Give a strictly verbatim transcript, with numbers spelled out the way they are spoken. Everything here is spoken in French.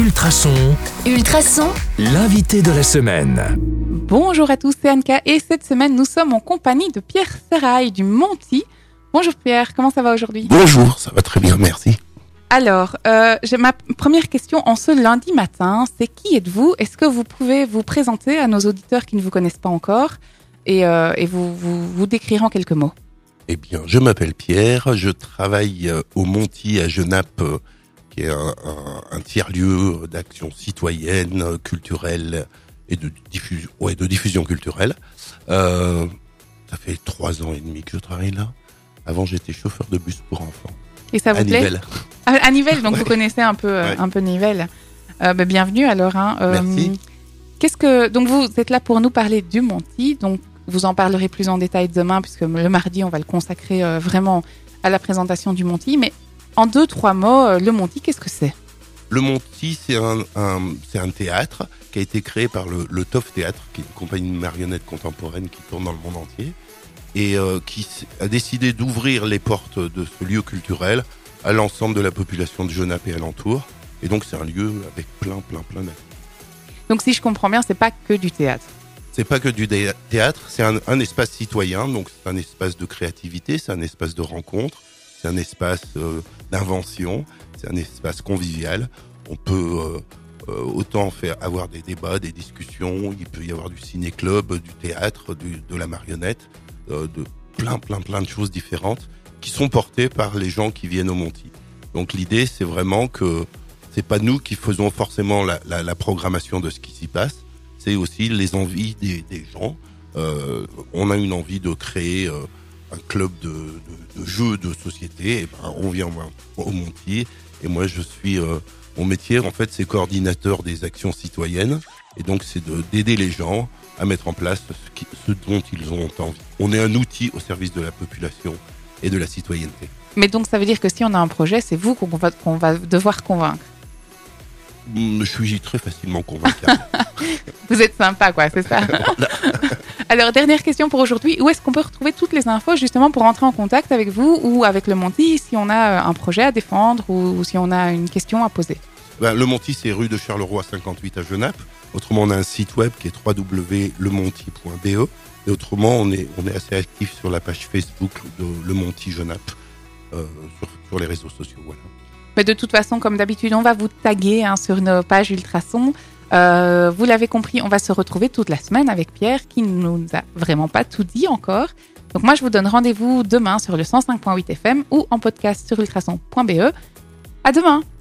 Ultrason, Ultrason, l'invité de la semaine. Bonjour à tous, c'est Anka et cette semaine nous sommes en compagnie de Pierre Serrail du Monty. Bonjour Pierre, comment ça va aujourd'hui ? Bonjour, ça va très bien, merci. Alors, euh, j'ai ma première question en ce lundi matin, c'est qui êtes-vous ? Est-ce que vous pouvez vous présenter à nos auditeurs qui ne vous connaissent pas encore et, euh, et vous, vous, vous décrire en quelques mots ? Eh bien, je m'appelle Pierre, je travaille euh, au Monty à Genappe, euh, qui est un, un, un tiers-lieu d'action citoyenne, euh, culturelle et de diffusion, ouais, de diffusion culturelle. Euh, ça fait trois ans et demi que je travaille là. Avant, j'étais chauffeur de bus pour enfants. Et ça vous à plaît ? Nivelles. À, à Nivelles, donc Ouais. vous connaissez un peu, euh, Ouais. un peu Nivelles. Euh, bah, bienvenue alors. Hein. Euh, Merci. Qu'est-ce que donc vous êtes là pour nous parler du Monty, donc vous en parlerez plus en détail demain puisque le mardi on va le consacrer euh, vraiment à la présentation du Monty. Mais en deux trois mots, euh, le Monty, qu'est-ce que c'est ? Le Monty, c'est un, un, c'est un théâtre qui a été créé par le, le T O F Théâtre, qui est une compagnie de marionnettes contemporaines qui tourne dans le monde entier, et euh, qui a décidé d'ouvrir les portes de ce lieu culturel à l'ensemble de la population de Genappe et alentour. Et donc c'est un lieu avec plein, plein, plein d'activités. Donc si je comprends bien, c'est pas que du théâtre. C'est pas que du dé- théâtre, c'est un, un espace citoyen, donc c'est un espace de créativité, c'est un espace de rencontre, c'est un espace euh, d'invention, c'est un espace convivial. On peut euh, euh, autant faire avoir des débats, des discussions, il peut y avoir du ciné-club, du théâtre, du, de la marionnette, euh, de plein, plein, plein de choses différentes qui sont portées par les gens qui viennent au Monty. Donc l'idée, c'est vraiment que c'est pas nous qui faisons forcément la, la, la programmation de ce qui s'y passe, c'est aussi les envies des, des gens. Euh, on a une envie de créer euh, un club de, de, de jeux de société, et ben, on vient au Monty, et moi je suis, euh, mon métier en fait c'est coordinateur des actions citoyennes, et donc c'est de, d'aider les gens à mettre en place ce, qui, ce dont ils ont envie. On est un outil au service de la population et de la citoyenneté. Mais donc ça veut dire que si on a un projet, c'est vous qu'on va, qu'on va devoir convaincre. Je suis très facilement convaincable. Vous êtes sympa, quoi, c'est ça. Voilà. Alors, dernière question pour aujourd'hui. Où est-ce qu'on peut retrouver toutes les infos justement pour entrer en contact avec vous ou avec le Monty si on a un projet à défendre ou, ou si on a une question à poser ? Ben, le Monty, c'est rue de Charleroi cinquante-huit à Genappe. Autrement, on a un site web qui est w w w point le monty point b e. Et autrement, on est, on est assez actif sur la page Facebook de Le Monty Genappe, euh, sur, sur les réseaux sociaux. Voilà. Mais de toute façon, comme d'habitude, on va vous taguer hein, sur nos pages Ultrason. Euh, vous l'avez compris, on va se retrouver toute la semaine avec Pierre qui ne nous a vraiment pas tout dit encore. Donc moi, je vous donne rendez-vous demain sur le cent cinq point huit F M ou en podcast sur ultrason point b e. À demain!